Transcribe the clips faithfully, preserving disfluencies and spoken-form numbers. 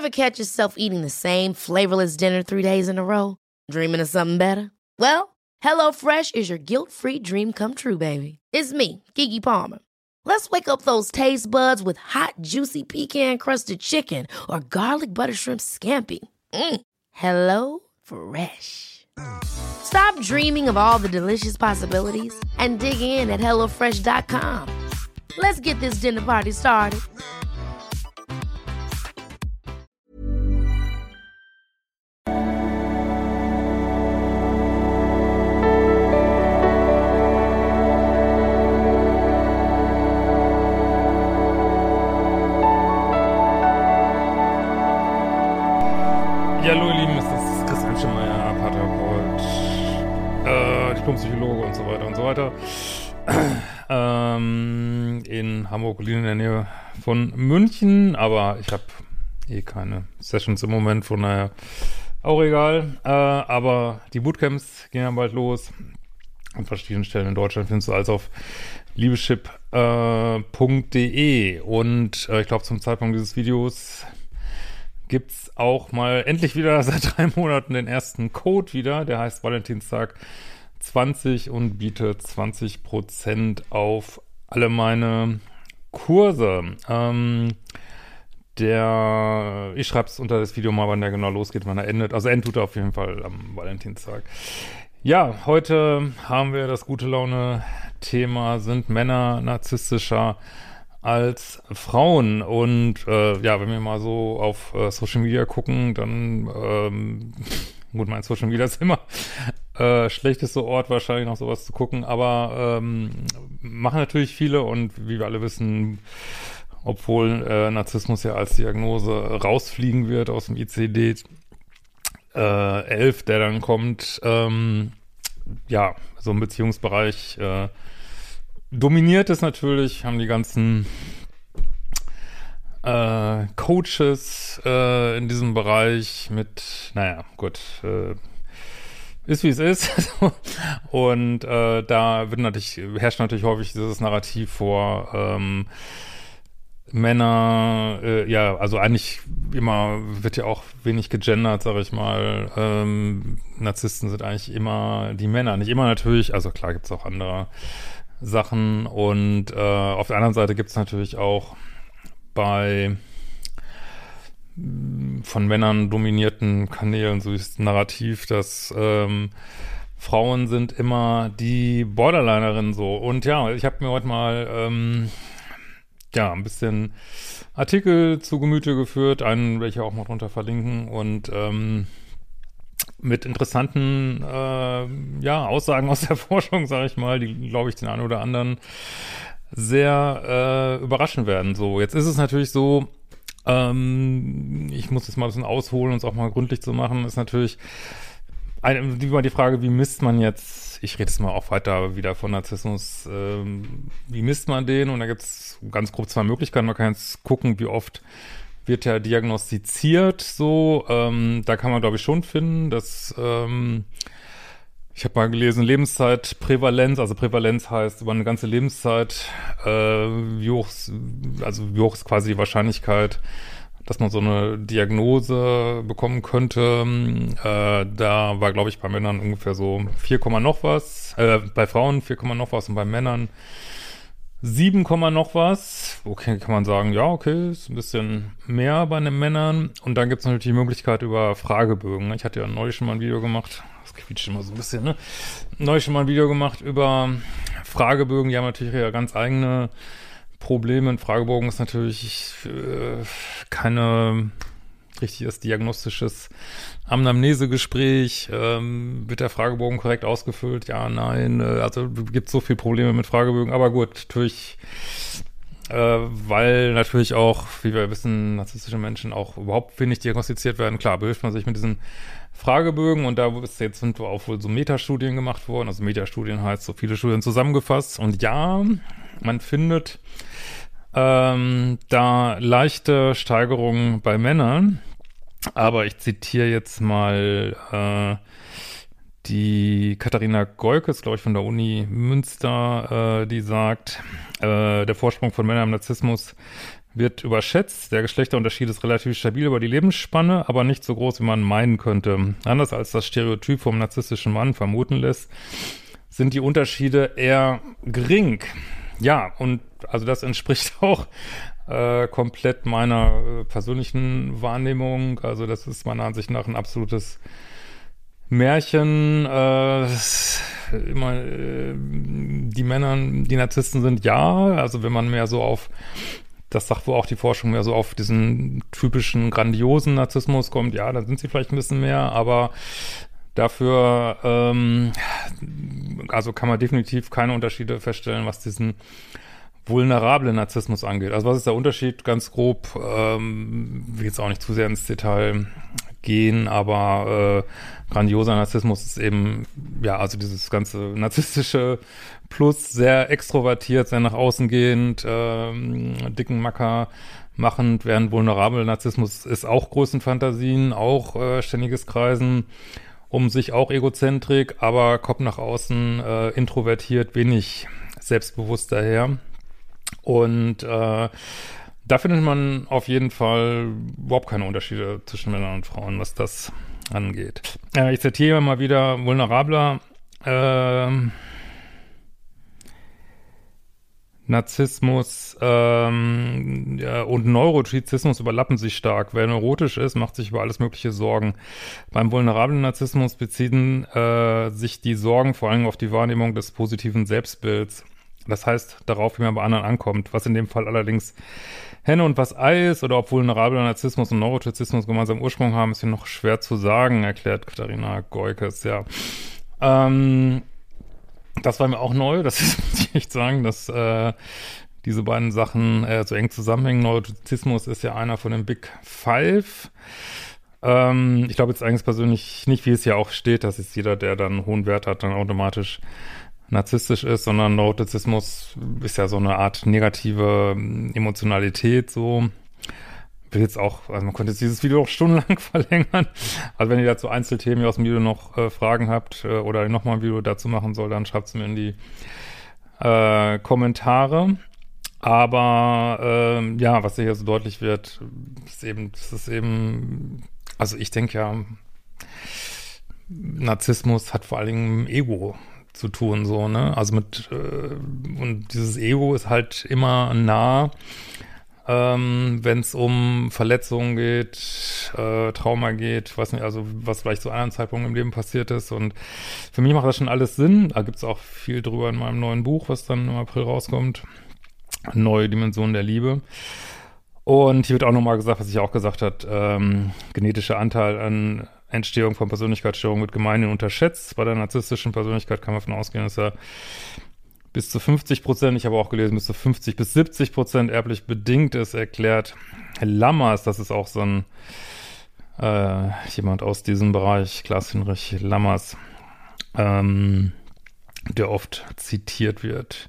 Ever catch yourself eating the same flavorless dinner three days in a row? Dreaming of something better? Well, HelloFresh is your guilt-free dream come true, baby. It's me, Keke Palmer. Let's wake up those taste buds with hot, juicy pecan-crusted chicken or garlic butter shrimp scampi. Mm. Hello Fresh. Stop dreaming of all the delicious possibilities and dig in at hello fresh dot com. Let's get this dinner party started. Ja, hallo ihr Lieben, es ist Christian Schemeier, Paartherapeut, äh, Diplompsychologe und so weiter und so weiter. ähm, in Hamburg, Berlin in der Nähe von München, aber ich habe eh keine Sessions im Moment, von daher auch egal. Äh, aber die Bootcamps gehen ja bald los. An verschiedenen Stellen in Deutschland findest du alles auf liebeschip punkt de und äh, ich glaube zum Zeitpunkt dieses Videos gibt's auch mal endlich wieder seit drei Monaten den ersten Code wieder. Der heißt Valentinstag zwanzig und bietet zwanzig Prozent auf alle meine Kurse. Ähm, der, ich schreibe es unter das Video mal, wann der genau losgeht, wann er endet. Also endet tut er auf jeden Fall am Valentinstag. Ja, heute haben wir das gute Laune-Thema, sind Männer narzisstischer als Frauen. Und äh, ja, wenn wir mal so auf äh, Social Media gucken, dann ähm, gut, mein Social Media ist immer äh, schlechteste Ort wahrscheinlich noch sowas zu gucken, aber ähm, machen natürlich viele und wie wir alle wissen, obwohl äh, Narzissmus ja als Diagnose rausfliegen wird aus dem I C D äh, elf, der dann kommt, ähm, ja, so im Beziehungsbereich äh, dominiert es natürlich, haben die ganzen äh, Coaches äh, in diesem Bereich mit, naja, gut, äh, ist wie es ist. Und äh, da wird natürlich, herrscht natürlich häufig dieses Narrativ vor, ähm, Männer, äh, ja, also eigentlich immer wird ja auch wenig gegendert, sag ich mal. Ähm, Narzissten sind eigentlich immer die Männer, nicht immer natürlich, also klar gibt's auch andere Sachen und äh, auf der anderen Seite gibt es natürlich auch bei von Männern dominierten Kanälen so das Narrativ, dass ähm, Frauen sind immer die Borderlinerinnen so. Und ja, ich habe mir heute mal ähm, ja ein bisschen Artikel zu Gemüte geführt, einen welche auch mal drunter verlinken und ähm, mit interessanten äh, ja, Aussagen aus der Forschung, sage ich mal, die, glaube ich, den einen oder anderen sehr äh, überraschen werden. So, jetzt ist es natürlich so, ähm, ich muss jetzt mal ein bisschen ausholen und es auch mal gründlich zu machen, ist natürlich eine, immer die Frage, wie misst man jetzt, ich rede jetzt mal auch weiter wieder von Narzissmus, ähm, wie misst man den? Und da gibt es ganz grob zwei Möglichkeiten. Man kann jetzt gucken, wie oft wird ja diagnostiziert, so, ähm, da kann man, glaube ich, schon finden, dass, ähm, ich habe mal gelesen, Lebenszeitprävalenz, also Prävalenz heißt über eine ganze Lebenszeit, äh, wie hoch, also wie hoch ist quasi die Wahrscheinlichkeit, dass man so eine Diagnose bekommen könnte, äh, da war, glaube ich, bei Männern ungefähr so vier, noch was, äh, bei Frauen vier, noch was und bei Männern sieben, noch was. Okay, kann man sagen, ja, okay, ist ein bisschen mehr bei den Männern. Und dann gibt es natürlich die Möglichkeit über Fragebögen. Ich hatte ja neulich schon mal ein Video gemacht, das quietscht immer so ein bisschen, ne? Neulich schon mal ein Video gemacht über Fragebögen, die haben natürlich ja ganz eigene Probleme. Ein Fragebogen ist natürlich äh, keine richtiges diagnostisches Anamnesegespräch. Ähm, wird der Fragebogen korrekt ausgefüllt? Ja, nein. Äh, also gibt so viele Probleme mit Fragebögen. Aber gut, natürlich, äh, weil natürlich auch, wie wir wissen, narzisstische Menschen auch überhaupt wenig diagnostiziert werden. Klar, behilft man sich mit diesen Fragebögen und da ist jetzt sind auch wohl so Metastudien gemacht worden. Also Metastudien heißt so viele Studien zusammengefasst. Und ja, man findet ähm, da leichte Steigerungen bei Männern. Aber ich zitiere jetzt mal äh, die Katharina Goikes, glaube ich, von der Uni Münster, äh, die sagt, äh, der Vorsprung von Männern im Narzissmus wird überschätzt. Der Geschlechterunterschied ist relativ stabil über die Lebensspanne, aber nicht so groß, wie man meinen könnte. Anders als das Stereotyp vom narzisstischen Mann vermuten lässt, sind die Unterschiede eher gering. Ja, und also das entspricht auch äh, komplett meiner äh, persönlichen Wahrnehmung. Also das ist meiner Ansicht nach ein absolutes Märchen. Äh, immer äh, die Männer, die Narzissten sind, ja. Also wenn man mehr so auf, das sagt wohl auch die Forschung, mehr so auf diesen typischen grandiosen Narzissmus kommt, ja, dann sind sie vielleicht ein bisschen mehr, aber dafür, ähm, also kann man definitiv keine Unterschiede feststellen, was diesen vulnerablen Narzissmus angeht. Also was ist der Unterschied? Ganz grob, ähm, will jetzt auch nicht zu sehr ins Detail gehen, aber äh, grandioser Narzissmus ist eben, ja, also dieses ganze narzisstische Plus, sehr extrovertiert, sehr nach außen gehend, ähm, dicken Macker machend, während vulnerabel Narzissmus ist auch Größenfantasien, auch äh, ständiges Kreisen um sich, auch Egozentrik, aber kommt nach außen äh, introvertiert, wenig selbstbewusst daher. Und äh, da findet man auf jeden Fall überhaupt keine Unterschiede zwischen Männern und Frauen, was das angeht. Äh, ich zitiere mal wieder vulnerabler äh, Narzissmus ähm, ja, und Neurotizismus überlappen sich stark. Wer neurotisch ist, macht sich über alles mögliche Sorgen. Beim vulnerablen Narzissmus beziehen äh, sich die Sorgen vor allem auf die Wahrnehmung des positiven Selbstbilds. Das heißt, darauf, wie man bei anderen ankommt. Was in dem Fall allerdings Henne und was Ei ist, oder ob vulnerabler Narzissmus und Neurotizismus gemeinsam Ursprung haben, ist hier noch schwer zu sagen, erklärt Katharina Goikes, ja. Ähm, das war mir auch neu, das ist, muss ich echt sagen, dass äh, diese beiden Sachen äh, so eng zusammenhängen. Neurotizismus ist ja einer von den Big Five. Ähm, ich glaube jetzt eigentlich persönlich nicht, wie es ja auch steht, dass jetzt jeder, der dann einen hohen Wert hat, dann automatisch narzisstisch ist, sondern Neurotizismus ist ja so eine Art negative Emotionalität, so. Will jetzt auch, also man könnte jetzt dieses Video auch stundenlang verlängern. Also wenn ihr dazu Einzelthemen aus dem Video noch äh, Fragen habt äh, oder nochmal ein Video dazu machen soll, dann schreibt es mir in die äh, Kommentare. Aber ähm, ja, was hier so deutlich wird, ist eben, das ist eben, also ich denke ja, Narzissmus hat vor allen Dingen mit dem Ego zu tun, so, ne? Also mit, äh, und dieses Ego ist halt immer nah, ähm, wenn es um Verletzungen geht, äh, Trauma geht, weiß nicht, also was vielleicht zu anderen Zeitpunkten im Leben passiert ist. Und für mich macht das schon alles Sinn. Da gibt's auch viel drüber in meinem neuen Buch, was dann im April rauskommt. Neue Dimensionen der Liebe. Und hier wird auch nochmal gesagt, was ich auch gesagt habe, ähm, genetischer Anteil an Entstehung von Persönlichkeitsstörungen wird gemeinhin unterschätzt. Bei der narzisstischen Persönlichkeit kann man davon ausgehen, dass er bis zu fünfzig Prozent, ich habe auch gelesen, bis zu fünfzig bis siebzig Prozent erblich bedingt ist, erklärt Lammers. Das ist auch so ein äh, jemand aus diesem Bereich, Klaas-Hinrich Lammers, ähm, der oft zitiert wird.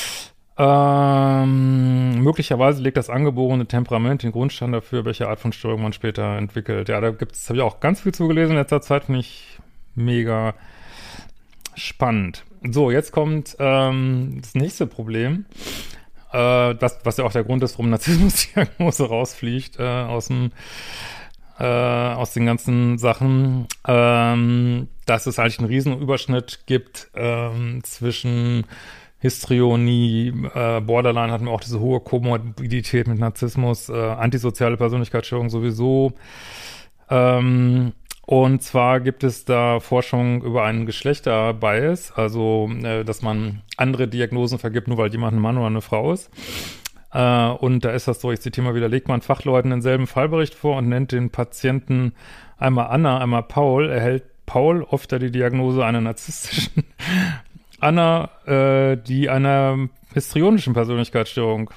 Ähm, möglicherweise legt das angeborene Temperament den Grundstein dafür, welche Art von Störung man später entwickelt. Ja, da gibt's, habe ich auch ganz viel zugelesen in letzter Zeit, finde ich mega spannend. So, jetzt kommt ähm, das nächste Problem, äh, das, was ja auch der Grund ist, warum Narzissmusdiagnose rausfliegt äh, aus dem äh, aus den ganzen Sachen, ähm, dass es eigentlich einen riesen Überschnitt gibt ähm, zwischen Histrionie, äh, Borderline hatten wir auch diese hohe Komorbidität mit Narzissmus, äh, antisoziale Persönlichkeitsstörung sowieso. Ähm, und zwar gibt es da Forschung über einen Geschlechterbias, also äh, dass man andere Diagnosen vergibt, nur weil jemand ein Mann oder eine Frau ist. Äh, und da ist das so, ich zitiere mal wieder, legt man Fachleuten denselben Fallbericht vor und nennt den Patienten einmal Anna, einmal Paul, erhält Paul oft die Diagnose einer narzisstischen Anna, äh, die einer histrionischen Persönlichkeitsstörung.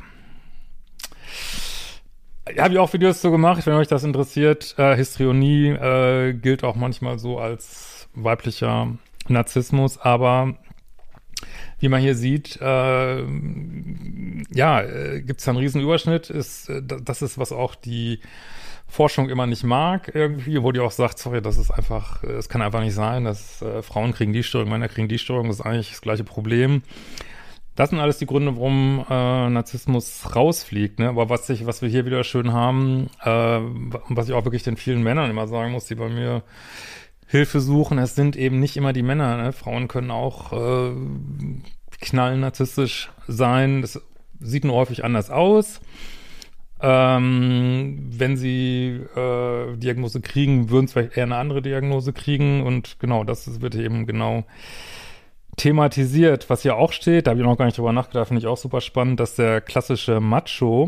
Ja, habe ich auch Videos zu gemacht, wenn euch das interessiert. Äh, Histrionie äh, gilt auch manchmal so als weiblicher Narzissmus, aber wie man hier sieht, äh, ja, äh, gibt es einen riesen Überschnitt. Ist, äh, das ist, was auch die Forschung immer nicht mag, irgendwie, wo die auch sagt, sorry, das ist einfach, es kann einfach nicht sein, dass äh, Frauen kriegen die Störung, Männer kriegen die Störung, das ist eigentlich das gleiche Problem. Das sind alles die Gründe, warum äh, Narzissmus rausfliegt, ne? Aber was ich, was wir hier wieder schön haben, äh, was ich auch wirklich den vielen Männern immer sagen muss, die bei mir Hilfe suchen, es sind eben nicht immer die Männer, ne? Frauen können auch äh, knallen narzisstisch sein. Das sieht nur häufig anders aus. Ähm, wenn sie äh, Diagnose kriegen, würden sie vielleicht eher eine andere Diagnose kriegen. Und genau, das wird eben genau thematisiert. Was hier auch steht, da habe ich noch gar nicht drüber nachgedacht, finde ich auch super spannend, dass der klassische Macho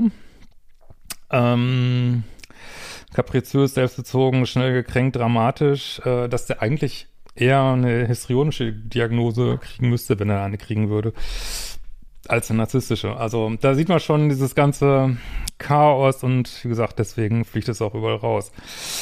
ähm, kapriziös, selbstbezogen, schnell gekränkt, dramatisch, äh, dass der eigentlich eher eine histrionische Diagnose kriegen müsste, wenn er eine kriegen würde, als eine narzisstische. Also da sieht man schon dieses ganze Chaos und wie gesagt, deswegen fliegt es auch überall raus.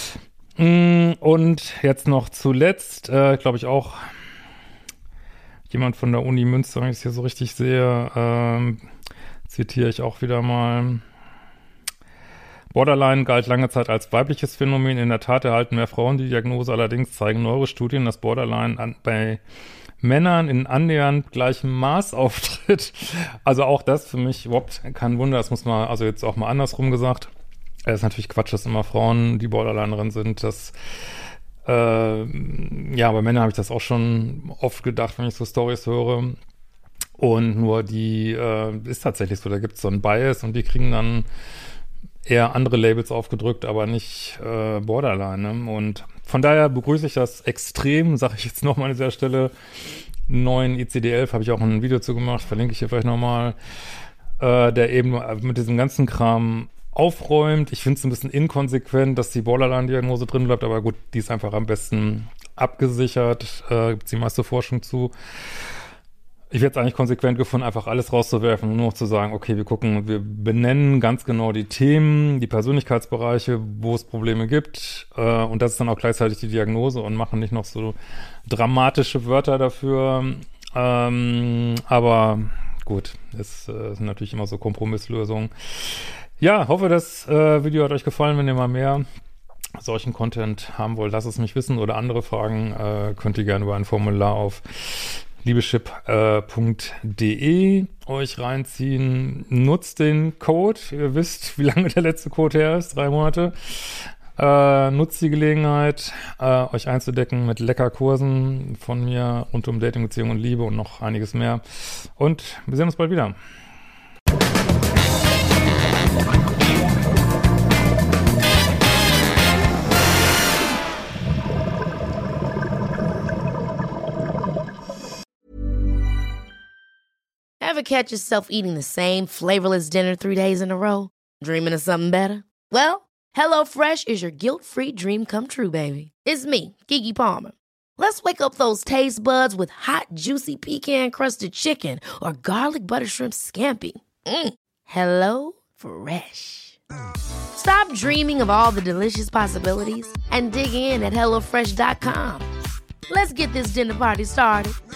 Und jetzt noch zuletzt, äh, glaube ich auch jemand von der Uni Münster, wenn ich es hier so richtig sehe, ähm, zitiere ich auch wieder mal. Borderline galt lange Zeit als weibliches Phänomen. In der Tat erhalten mehr Frauen die Diagnose. Allerdings zeigen neuere Studien, dass Borderline an, bei Männern in annähernd gleichem Maß auftritt. Also auch das für mich überhaupt kein Wunder. Das muss man, also jetzt auch mal andersrum gesagt. Es ist natürlich Quatsch, dass immer Frauen die Borderlinerin sind. Das Äh, ja, bei Männern habe ich das auch schon oft gedacht, wenn ich so Storys höre. Und nur die äh, ist tatsächlich so, da gibt es so einen Bias und die kriegen dann eher andere Labels aufgedrückt, aber nicht äh, Borderline. Ne? Und von daher begrüße ich das extrem, sage ich jetzt nochmal an dieser Stelle. Neuen I C D elf habe ich auch ein Video zu gemacht, verlinke ich hier vielleicht nochmal, äh, der eben mit diesem ganzen Kram aufräumt. Ich finde es ein bisschen inkonsequent, dass die Borderline-Diagnose drin bleibt, aber gut, die ist einfach am besten abgesichert. Äh, gibt es die meiste Forschung zu. Ich hätte es eigentlich konsequent gefunden, einfach alles rauszuwerfen und nur noch zu sagen, okay, wir gucken, wir benennen ganz genau die Themen, die Persönlichkeitsbereiche, wo es Probleme gibt, äh, und das ist dann auch gleichzeitig die Diagnose und machen nicht noch so dramatische Wörter dafür. Ähm, aber gut, es äh, sind natürlich immer so Kompromisslösungen. Ja, hoffe, das äh, Video hat euch gefallen. Wenn ihr mal mehr solchen Content haben wollt, lasst es mich wissen oder andere Fragen äh, könnt ihr gerne über ein Formular auf liebeschip punkt de euch reinziehen. Nutzt den Code. Ihr wisst, wie lange der letzte Code her ist. Drei Monate. Äh, nutzt die Gelegenheit, äh, euch einzudecken mit lecker Kursen von mir rund um Dating, Beziehung und Liebe und noch einiges mehr. Und wir sehen uns bald wieder. Ever catch yourself eating the same flavorless dinner three days in a row? Dreaming of something better? Well, HelloFresh is your guilt-free dream come true, baby. It's me, Keke Palmer. Let's wake up those taste buds with hot, juicy pecan-crusted chicken or garlic butter shrimp scampi. Mm. Hello Fresh. Stop dreaming of all the delicious possibilities and dig in at hello fresh dot com. Let's get this dinner party started.